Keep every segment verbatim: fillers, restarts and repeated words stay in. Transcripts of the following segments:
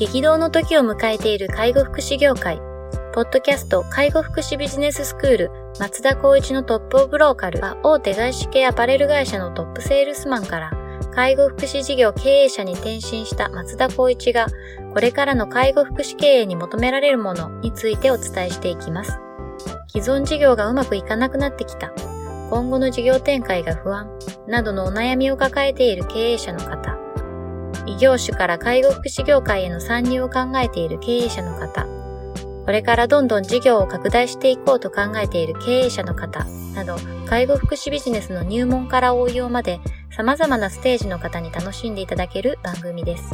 激動の時を迎えている介護福祉業界。ポッドキャスト介護福祉ビジネススクール松田光一のトップオブローカルは大手外資系アパレル会社のトップセールスマンから介護福祉事業経営者に転身した松田光一がこれからの介護福祉経営に求められるものについてお伝えしていきます。既存事業がうまくいかなくなってきた、今後の事業展開が不安などのお悩みを抱えている経営者の方、異業種から介護福祉業界への参入を考えている経営者の方、これからどんどん事業を拡大していこうと考えている経営者の方など、介護福祉ビジネスの入門から応用まで様々なステージの方に楽しんでいただける番組です。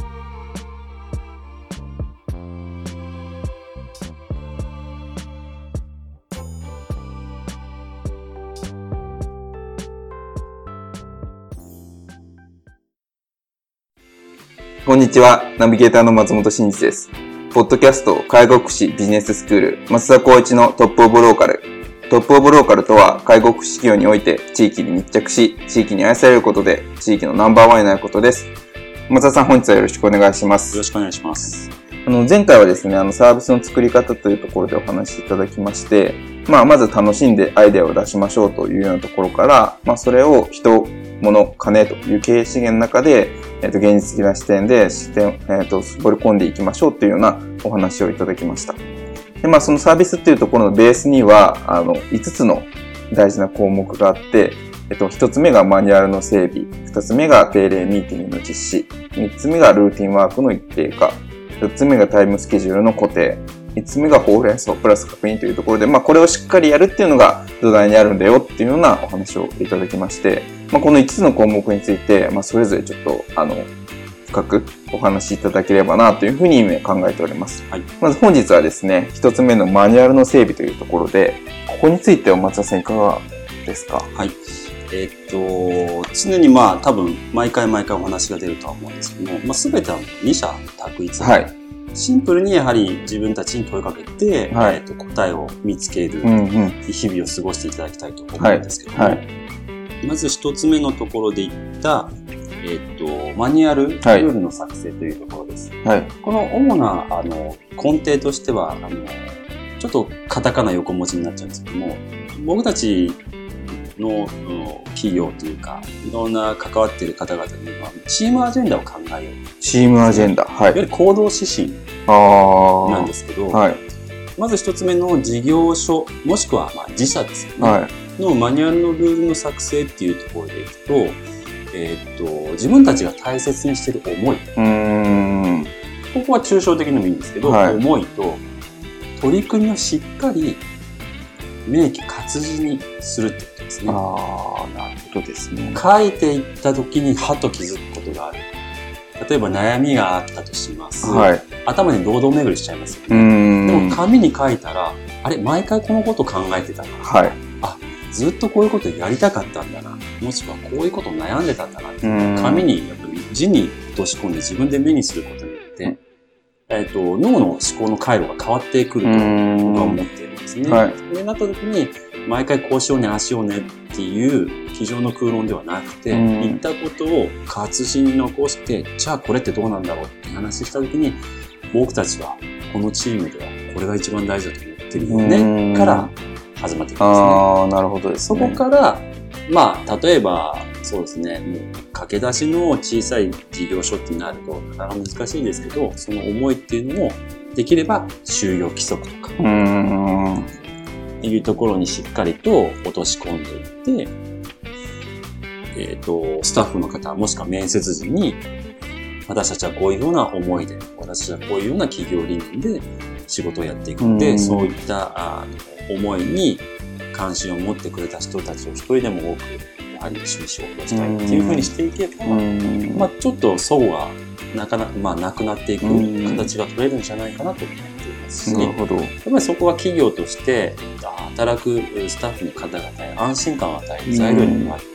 こんにちは、ナビゲーターの松本真嗣です。ポッドキャスト介護福祉ビジネススクール松田光一のトップオブローカル。トップオブローカルとは、介護福祉業において地域に密着し、地域に愛されることで地域のナンバーワンになることです。松田さん、本日はよろしくお願いします。 よろしくお願いします。 あの前回はですね、あのサービスの作り方というところでお話しいただきまして、まあまず楽しんでアイデアを出しましょうというようなところから、まあそれを人、物、金という経営資源の中で、えっと、現実的な視点で視点、えっと、絞り込んでいきましょうというようなお話をいただきました。で、まあそのサービスっていうところのベースには、あの、いつつの大事な項目があって、えっと、ひとつめがマニュアルの整備、ふたつめが定例ミーティングの実施、みっつめがルーティンワークの一定化、よっつめがタイムスケジュールの固定、みっつめがほうれん草プラス確認というところで、まあこれをしっかりやるっていうのが土台にあるんだよっていうようなお話をいただきまして、まあこのいつつの項目について、まあそれぞれちょっと、あの、深くお話しいただければなというふうに今考えております。はい、まず本日はですね、ひとつめのマニュアルの整備というところで、ここについては松田さんいかがですか？ はい。えー、っと、常にまあ多分毎回毎回お話が出るとは思うんですけども、まあ全ては二者択一。はい。シンプルにやはり自分たちに問いかけて、はい、えー、っと答えを見つける日々を過ごしていただきたいと思うんですけども、はいはい、まず一つ目のところで言った、えー、っとマニュアル、ルールの作成というところです。はい、この主なあの根底としてはあのちょっとカタカナ横文字になっちゃうんですけども、僕たちの企業というかいろんな関わっている方々にはチームアジェンダを考えよう。 チームアジェンダ、はい、いわゆる行動指針なんですけど、はい、まず一つ目の事業所もしくはまあ自社ですよね、はい、のマニュアルのルールの作成っていうところでいくと、えー、っと自分たちが大切にしている思い、うーん、ここは抽象的にもいいんですけど、はい、思いと取り組みをしっかり明記活字にするってことですね。 ああ、なるほどですね。 書いていった時にはと気づくことがある。例えば悩みがあったとします。はい、頭に堂々巡りしちゃいますよね。うーん、でも紙に書いたら、あれ毎回このこと考えてたな。はい、あ、ずっとこういうことやりたかったんだな。もしくはこういうこと悩んでたんだなっていう紙にやっぱり字に落とし込んで自分で目にすることによって、うん、えっと脳の思考の回路が変わってくると僕は思っているんですね。はい、そうなった時に毎回こうしようね、ああしようねっていう机上の空論ではなくて、言ったことを活字に残して、じゃあこれってどうなんだろうって話した時に、僕たちはこのチームではこれが一番大事だと思ってるよねから始まってきますね。 ああ、なるほどですね。 そこからまあ例えばそうですね、もう駆け出しの小さい事業所ってなるとなかなか難しいですけど、その思いっていうのもできれば就業規則とか。うーんっていうところにしっかりと落とし込んでいって、えっと、スタッフの方、もしくは面接時に、私たちはこういうような思いで、私たちはこういうような企業理念で仕事をやっていくので、そういったあの思いに関心を持ってくれた人たちを一人でも多く、やはり一緒に仕事をしたいっていうふうにしていけば、まあちょっと齟齬がなかなか、まあなくなっていく形が取れるんじゃないかなと思います。 なるほど。 やっぱりそこは企業として働くスタッフの方々に安心感を与える材料になって、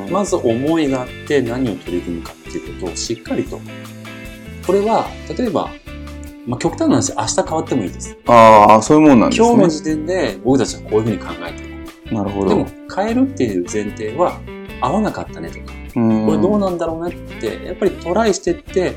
まず思いがあって何を取り組むかっていうことをしっかりと。これは例えば、まあ、極端な話、明日変わってもいいです。 ああ、そういうもんなんですね。 今日の時点で僕たちはこういうふうに考えている。 なるほど。 でも変えるっていう前提は合わなかったねとか、これどうなんだろうねってやっぱりトライしていって、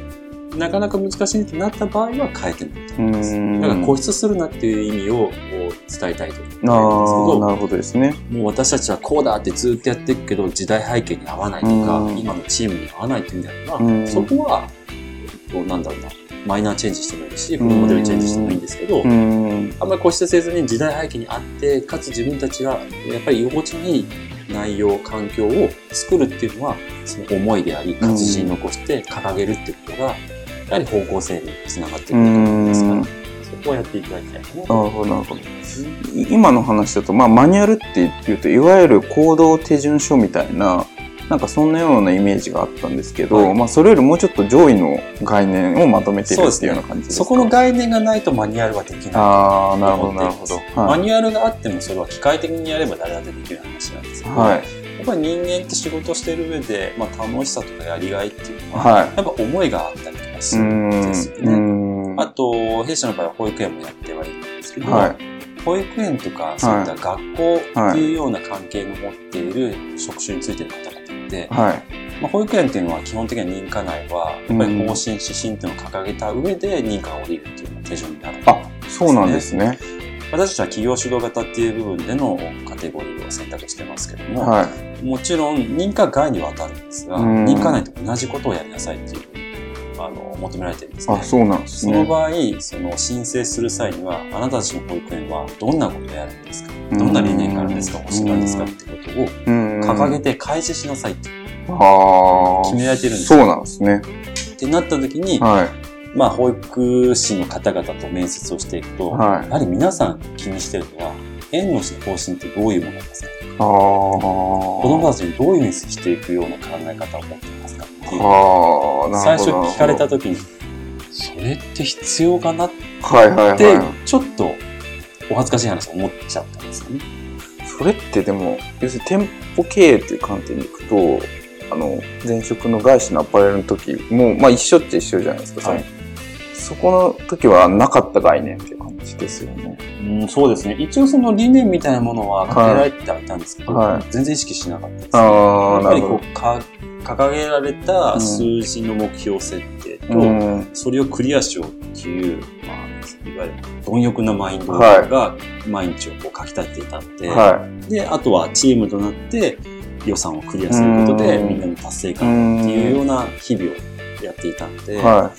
なかなか難しいってなった場合は変えてもいいと思います。だから固執するなっていう意味を伝えたいと思うんですけど、 なるほどですね。 もう私たちはこうだってずっとやっていくけど、時代背景に合わないとか、今のチームに合わないっていうんであれば、そこは、こうなんだろうな、マイナーチェンジしてもいいし、フルモデルチェンジしてもいいんですけど、あんまり固執せずに時代背景に合って、かつ自分たちがやっぱり居心地のいい内容、環境を作るっていうのは、その思いであり、活字に残して掲げるっていうことが、やはり方向性につながってくると思いますから、そこをやっていただきたいかなと。 なるほど、なるほど。今の話だと、まあ、マニュアルっていうと、いわゆる行動手順書みたいな、なんかそんなようなイメージがあったんですけど、はい、まあそれよりもうちょっと上位の概念をまとめているっていうような感じですか？ そ, そこの概念がないとマニュアルはできない。 ああ、なるほど、なるほど。はい、 マニュアルがあってもそれは機械的にやれば誰だってできる話なんですけど、はい、やっぱり人間って仕事してる上で、まあ楽しさとかやりがいっていうのは、はい、やっぱ思いがあったりとかするんですよね。あと、弊社の場合は保育園もやってはいるんですけど、はい、保育園とかそういった学校っていうような関係の持っている職種についての方々で、はい、まあ、保育園っていうのは基本的には認可内はやっぱり方針指針っていうのを掲げた上で認可が下りるっていうような手順になるんですね。 あ、そうなんですね。 私たちは企業主導型っていう部分でのカテゴリーを選択してますけども、はい、もちろん認可外には当たるんですが、認可内と同じことをやりなさいっていうあの求められてるんですね。 あ、そうなんですね。 その場合、その申請する際には、あなたたちの保育園はどんなことをやるんですか、どんな理念があるんですか、欲しがるんですかってことを掲げて開示しなさいって決められてるんですよ。そうなんですね。 ってなった時に、はい、まあ保育士の方々と面接をしていくと、はい、やはり皆さん気にしてるのは、園の方針ってどういうものですかとか、子供たちにどういうふうにしていくような考え方を持っていますかっていう。最初聞かれた時に、それって必要かなって、ちょっとお恥ずかしい話を思っちゃったんですよね。 それってでも、要するに店舗経営っていう観点でいくと、あの、前職の外資のアパレルの時も、まあ一緒っちゃ一緒じゃないですか。はい、そこの時はなかった概念っていう感じですよね。 うん、そうですね。一応その理念みたいなものは掲げられてはいたんですけど、はい、全然意識しなかったです、ね。あ、やっぱりこうか、掲げられた数字の目標設定と、うん、それをクリアしようっていう、まあ、いわゆる貪欲なマインドが毎日をこう書き立てていたので、はい、で、あとはチームとなって予算をクリアすることで、みんなの達成感っていうような日々をやっていたので、はい、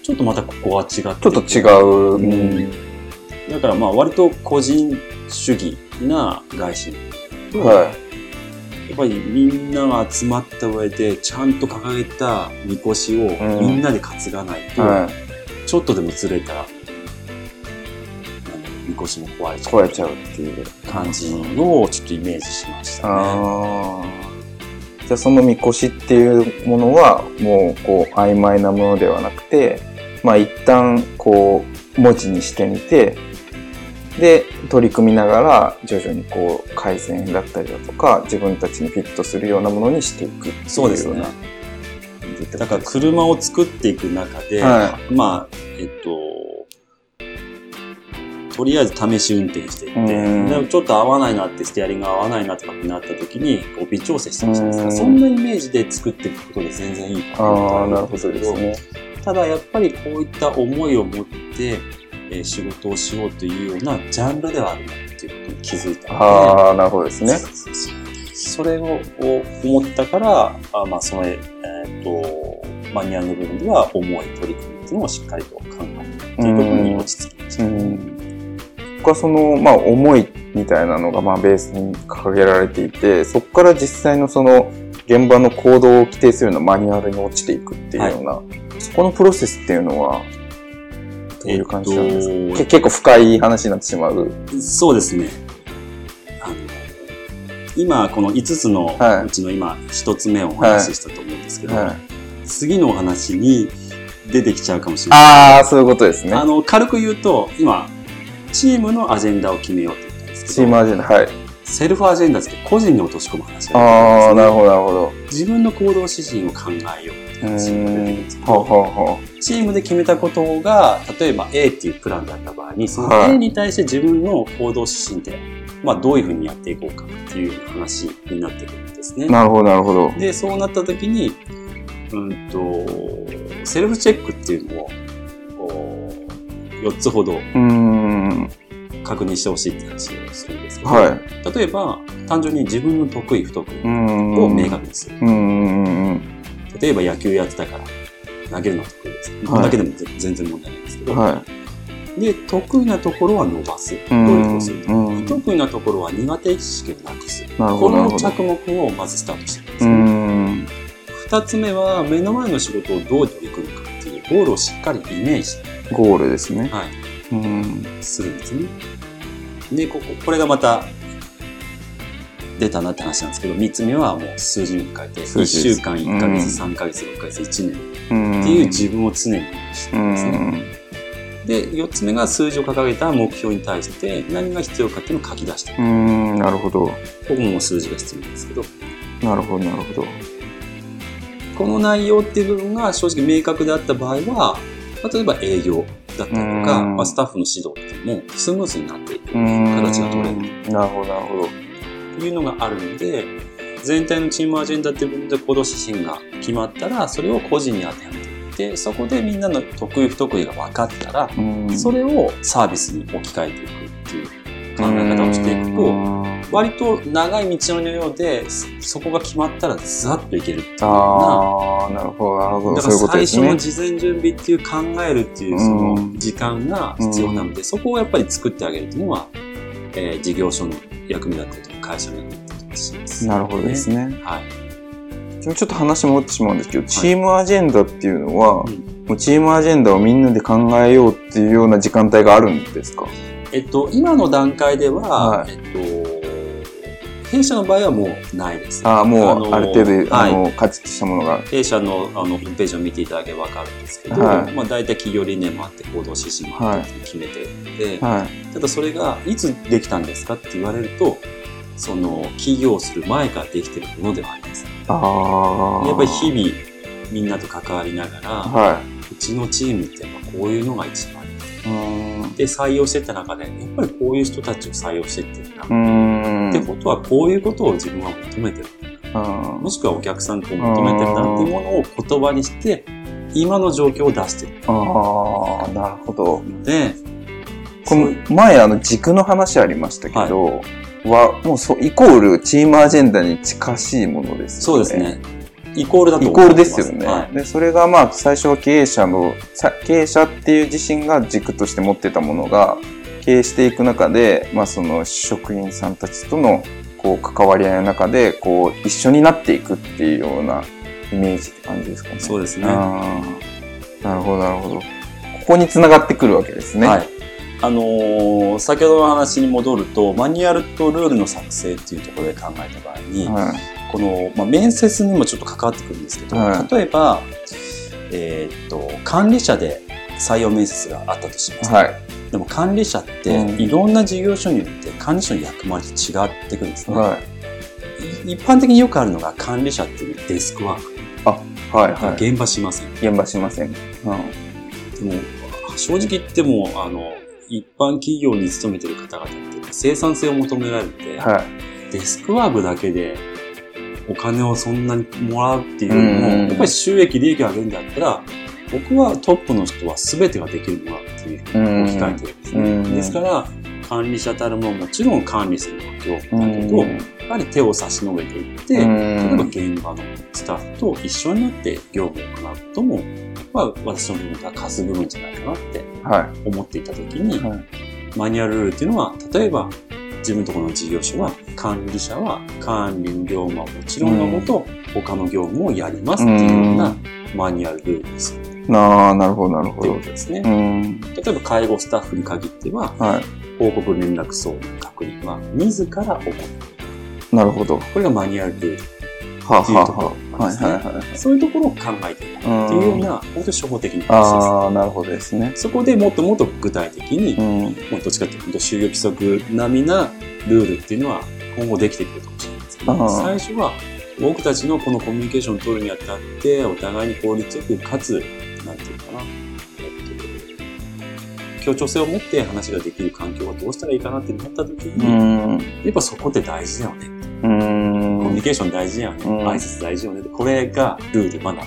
ちょっとまたここは違って。ちょっと違う。うん、 だからまあ割と個人主義な外資と、はい、やっぱりみんなが集まった上でちゃんと掲げたみこしをみんなで担がないと、うん、はい、ちょっとでもずれたらみこしも壊れちゃう。 壊れちゃうっていう感じをちょっとイメージしましたね。 あ、じゃあそのみこしっていうものはもうこう曖昧なものではなくて、まあ一旦こう文字にしてみて、で取り組みながら徐々にこう改善だったりだとか自分たちにフィットするようなものにしていくっていうような。 そうですね。だから車を作っていく中で、はい、まあえっととりあえず試し運転していって、でもちょっと合わないなってステアリングが合わないなとかってなった時にこう微調整してほしいんですが、そんなイメージで作っていくことで全然いいかなと思うんですけど、ね、ただやっぱりこういった思いを持って、えー、仕事をしようというようなジャンルではあるなっていうことに気づいたので、 ああ、なるほどですね。 それを思ったから、あまあその、えー、とマニュアルの部分では思い取り組みっていうのをしっかりと考えるということに落ち着きました。 僕はその、まあ、思いみたいなのが、まあ、ベースに掲げられていて、そこから実際のその、現場の行動を規定するようなマニュアルに落ちていくっていうような、はい、そこのプロセスっていうのは、どういう感じなんですか？えっと、結構深い話になってしまう。 そうですね。あの、今、このいつつのうちの今、ひとつめをお話ししたと思うんですけど、はいはい、次のお話に出てきちゃうかもしれない。 ああ、そういうことですね。 あの、軽く言うと、今、チームのアジェンダを決めようって言ったんですけど。 チームアジェンダ、はい。 セルフアジェンダって個人に落とし込む話だ、 ね。ああ、なるほど、なるほど。 自分の行動指針を考えようって話になるんですけど、チームで決めたことが、例えば A っていうプランだった場合に、その A に対して自分の行動指針って、まあどういうふうにやっていこうかっていう話になってくるんですね。 なるほど、なるほど。 で、そうなった時に、うんと、 セルフチェックっていうのをよっつほど確認してほしいって話をするんですけど、はい、例えば単純に自分の得意不得意を明確にする。例えば野球やってたから投げるのは得意です。これだけでも全然問題ないんですけど、はい、で得意なところは伸ばす、努力をする。不得意なところは苦手意識をなくす。この着目をまずスタートしてるんですね。二つ目は目の前の仕事をどう取り組むかっていうゴールをしっかりイメージしてゴールですね。 はい。うんするんですね。で、ここ、これがまた出たなって話なんですけど、三つ目はもう数字に書いて、いっしゅうかん、いっかげつ、さんかげつ、ろっかげつ、いちねんっていう自分を常にしてるんですね。で、四つ目が数字を掲げた目標に対して何が必要かっていうのを書き出してる。 うん、なるほど。 ここも数字が必要なんですけど。 なるほど、なるほど。 この内容っていう部分が正直明確であった場合は、例えば営業だったりとか、まあ、スタッフの指導っていうのもスムーズになっていく形が取れる。 なるほど、なるほど。 というのがあるので、全体のチームアジェンダっていう部分で行動指針が決まったら、それを個人に当てはめていって、そこでみんなの得意不得意が分かったら、それをサービスに置き換えていくっていう考え方をしていくと、割と長い道のようで、そこが決まったらザッといけるっていうような。 ああ、なるほど、なるほど。 だから最初の事前準備っていう考えるっていうその時間が必要なので、そこをやっぱり作ってあげるっていうのは、えー、事業所の役目だったりとか会社の役目だったりします、 ね。なるほどですね。はい。ちょっと話戻ってしまうんですけど、チームアジェンダっていうのは、はい、もうチームアジェンダをみんなで考えようっていうような時間帯があるんですか？ えっと、今の段階では、はい、えっと、弊社の場合はもうないです。 ああ、もうある程度、あの、カチッとしたものが。 弊社のあのホームページを見ていただければわかるんですけど、はい、まあ大体企業理念もあって、行動指針もあって決めているので、はい、ただそれがいつできたんですかって言われると、その、起業する前からできているものではあります。あやっぱり日々みんなと関わりながら、はい、うちのチームってやっぱこういうのが一番で採用していった中でやっぱりこういう人たちを採用していってるなってことはこういうことを自分は求めてるもしくはお客さんと求めてるなっていうものを言葉にして今の状況を出してる。 ああ、なるほど。で、この前あの軸の話ありましたけど、はい、はもうそイコールチームアジェンダに近しいものですね。 そうですね。イコールだと思います。イコールですよね。はい、で、それがまあ最初は経営者の、経営者っていう自身が軸として持ってたものが、経営していく中で、まあその職員さんたちとのこう関わり合いの中で、こう一緒になっていくっていうようなイメージって感じですかね。 そうですね。 あなるほど、なるほど。ここに繋がってくるわけですね。はい。 あのー、先ほどの話に戻ると、マニュアルとルールの作成っていうところで考えた場合に、はいこの、まあ、面接にもちょっと関わってくるんですけど、はい、例えば、えー、っと、管理者で採用面接があったとします、ね。はい。でも管理者って、いろんな事業所によって管理者の役割って違ってくるんですね。はい。一般的によくあるのが管理者っていうデスクワーク。 あ、はいはい。 現場しません。 現場しません。うん。 でも、正直言っても、あの、一般企業に勤めてる方々って生産性を求められて、はい、デスクワークだけで、お金をそんなにもらうっていうのも、やっぱり収益、利益を上げるんだったら、僕はトップの人は全てができるものだっていうふうに置き換えてるんですね。ですから、管理者たるももちろん管理するわけよ。だけど、やっぱり手を差し伸べていって、例えば現場のスタッフと一緒になって業務を行うことも、まあ、私の部分が貸す部分じゃないかなって思っていたときに、はい、マニュアルルールっていうのは、例えば、自分のところの事業所は管理者は管理の業務はもちろんのこと、うん、他の業務をやりますっていうようなマニュアルルールです。 ああ、なるほど、なるほど。 ということですね。例えば介護スタッフに限っては、はい、報告連絡相談確認は自ら行う。 なるほど。 これがマニュアルルールっていうところですね。そういうところを考えていくっていうような、本当に初歩的な話です。 ああ、なるほどですね。 そこでもっともっと具体的に、うん、もうどっちかというと就業規則並みなルールっていうのは今後できてくるかもしれないですけど、最初は僕たちのこのコミュニケーションを取るにあたって、お互いに効率よく、かつ、なんていうかな、えっと、協調性を持って話ができる環境はどうしたらいいかなってなった時に、やっぱそこって大事だよね。コミュニケーション大事だよね。挨拶大事だよね。これがルール、マナーって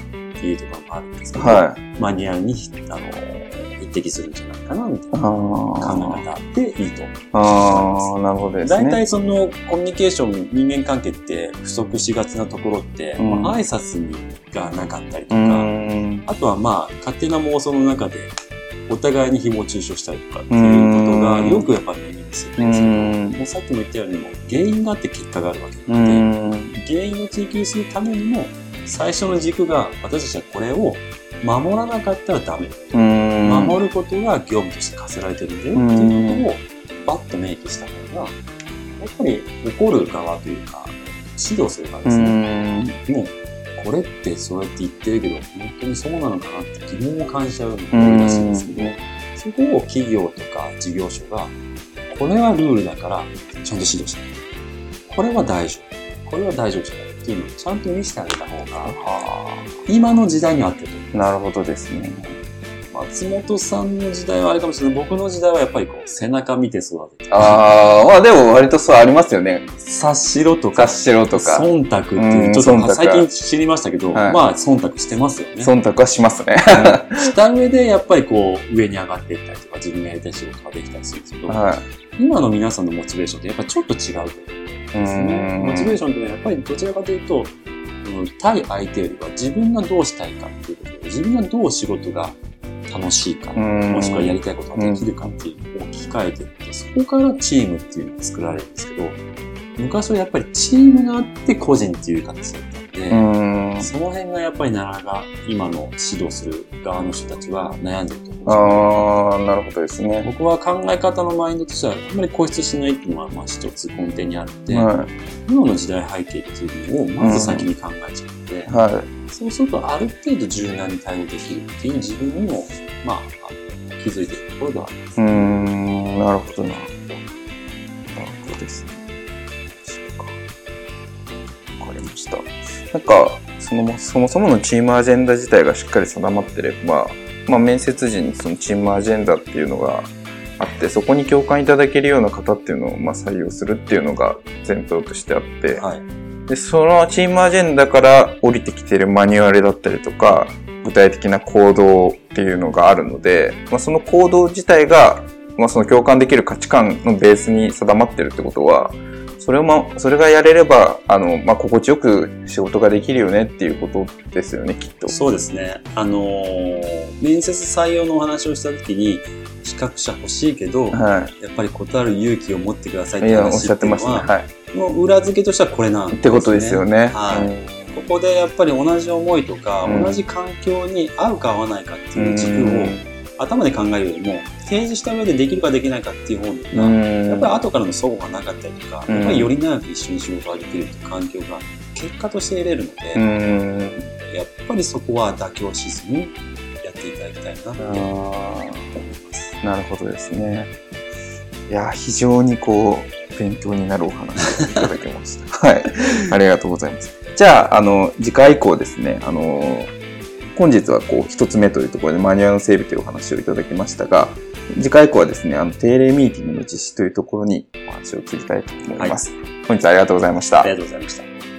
ピールとかもあるんですけど、 はい、 マニュアルに、あの、匹敵するんじゃないかな、みたいな考え方でいいと思います。 ああ、なるほどですね。 大体そのコミュニケーション、人間関係って不足しがちなところって、うん、まあ、挨拶にがなかったりとか、あとはまあ、勝手な妄想の中で、お互いに誹謗中傷したりとかっていうことがよくやっぱり耳にするんですけど、もうさっきも言ったようにも原因があって結果があるわけなので、原因を追求するためにも最初の軸が私たちはこれを守らなかったらダメ。守ることが業務として課せられてるんだよっていうことをバッと明記した方が、やっぱり怒る側というか指導する側ですね。もうこれってそうやって言ってるけど、本当にそうなのかなって疑問を感じちゃうのが多いらしいんですけど、そこを企業とか事業所が、これはルールだからちゃんと指導してね。これは大丈夫。これは大丈夫じゃないっていうのをちゃんと見せてあげた方が、今の時代に合ってると思います。 なるほどですね。 松本さんの時代はあれかもしれない。僕の時代はやっぱりこう、背中見て育てて。 ああ、まあでも割とそうありますよね。 察しろとか。 察しろとか。 忖度っていう、ちょっと最近知りましたけど、はい、まあ忖度してますよね。 忖度はしますね。 した上でやっぱりこう、上に上がっていったりとか、自分がやりたい仕事ができたりするんですけど、はい、今の皆さんのモチベーションってやっぱりちょっと違うと思うんですね。モチベーションってやっぱりどちらかというと、対相手よりは自分がどうしたいかっていうことで、自分がどう仕事が楽しいか、もしくはやりたいことができるかっていうのを聞き換えていって、そこからチームっていうのが作られるんですけど、昔はやっぱりチームがあって個人っていう形だったんで、その辺がやっぱりなかなか今の指導する側の人たちは悩んでると思うんですよね。 ああ、なるほどですね。 僕は考え方のマインドとしては、あんまり固執しないっていうのはまあ一つ根底にあるので、はい、今の時代背景っていうのをまず先に考えちゃうので、うんはい、そうするとある程度柔軟に対応できるっていう自分にも、まあ、気づいているところではあります。 うーん、なるほどな。なるほどですね。そうか。わかりました。なんか、その、そもそものチームアジェンダ自体がしっかり定まってれば、まあ、面接時にそのチームアジェンダっていうのがあって、そこに共感いただけるような方っていうのをまあ採用するっていうのが前提としてあって、はい、で、そのチームアジェンダから降りてきているマニュアルだったりとか、具体的な行動っていうのがあるので、まあ、その行動自体が、まあ、その共感できる価値観のベースに定まってるってことは、それをま、それがやれれば、あの、まあ、心地よく仕事ができるよねっていうことですよね、きっと。 そうですね。あのー、面接採用のお話をしたときに、資格者欲しいけど、はい、やっぱり断る勇気を持ってくださいって話っていうのは、いや、おっしゃってましたね。はい。の裏付けとしてはこれなんですね。 ってことですよね。 はい。うん、ここでやっぱり同じ思いとか、うん、同じ環境に合うか合わないかっていう軸を頭で考えるよりも、提示した上でできるかできないかっていう方が、やっぱり後からの齟齬がなかったりとか、やっぱりより長く一緒に仕事ができるっていう環境が結果として得れるので、やっぱりそこは妥協しずにやっていただきたいなって思います。 なるほどですね。いや、非常にこう、勉強になるお話をいただきました。はい。ありがとうございます。じゃあ、あの、次回以降ですね、あの、本日はこう、一つ目というところでマニュアルの整備というお話をいただきましたが、次回以降はですね、あの、定例ミーティングの実施というところにお話を移りたいと思います。はい、本日はありがとうございました。 ありがとうございました。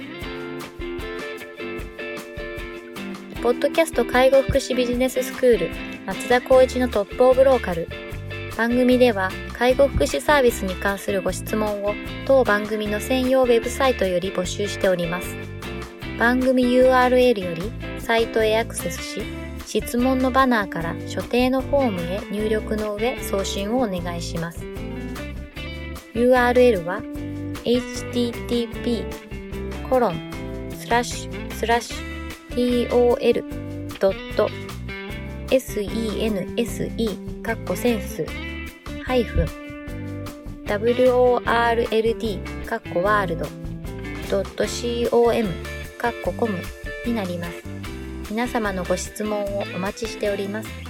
ポッドキャスト介護福祉ビジネススクール松田光一のトップオブローカル。番組では介護福祉サービスに関するご質問を当番組の専用ウェブサイトより募集しております。番組 ユーアールエル よりサイトへアクセスし、質問のバナーから所定のフォームへ入力の上送信をお願いします。ユーアールエル は エイチティーティーピーコロンスラッシュスラッシュ ティーオーエルドットセンスかっこセンスハイフン ダブリューオーアールエルディー かっこワールドドット コムかっこコムになります。皆様のご質問をお待ちしております。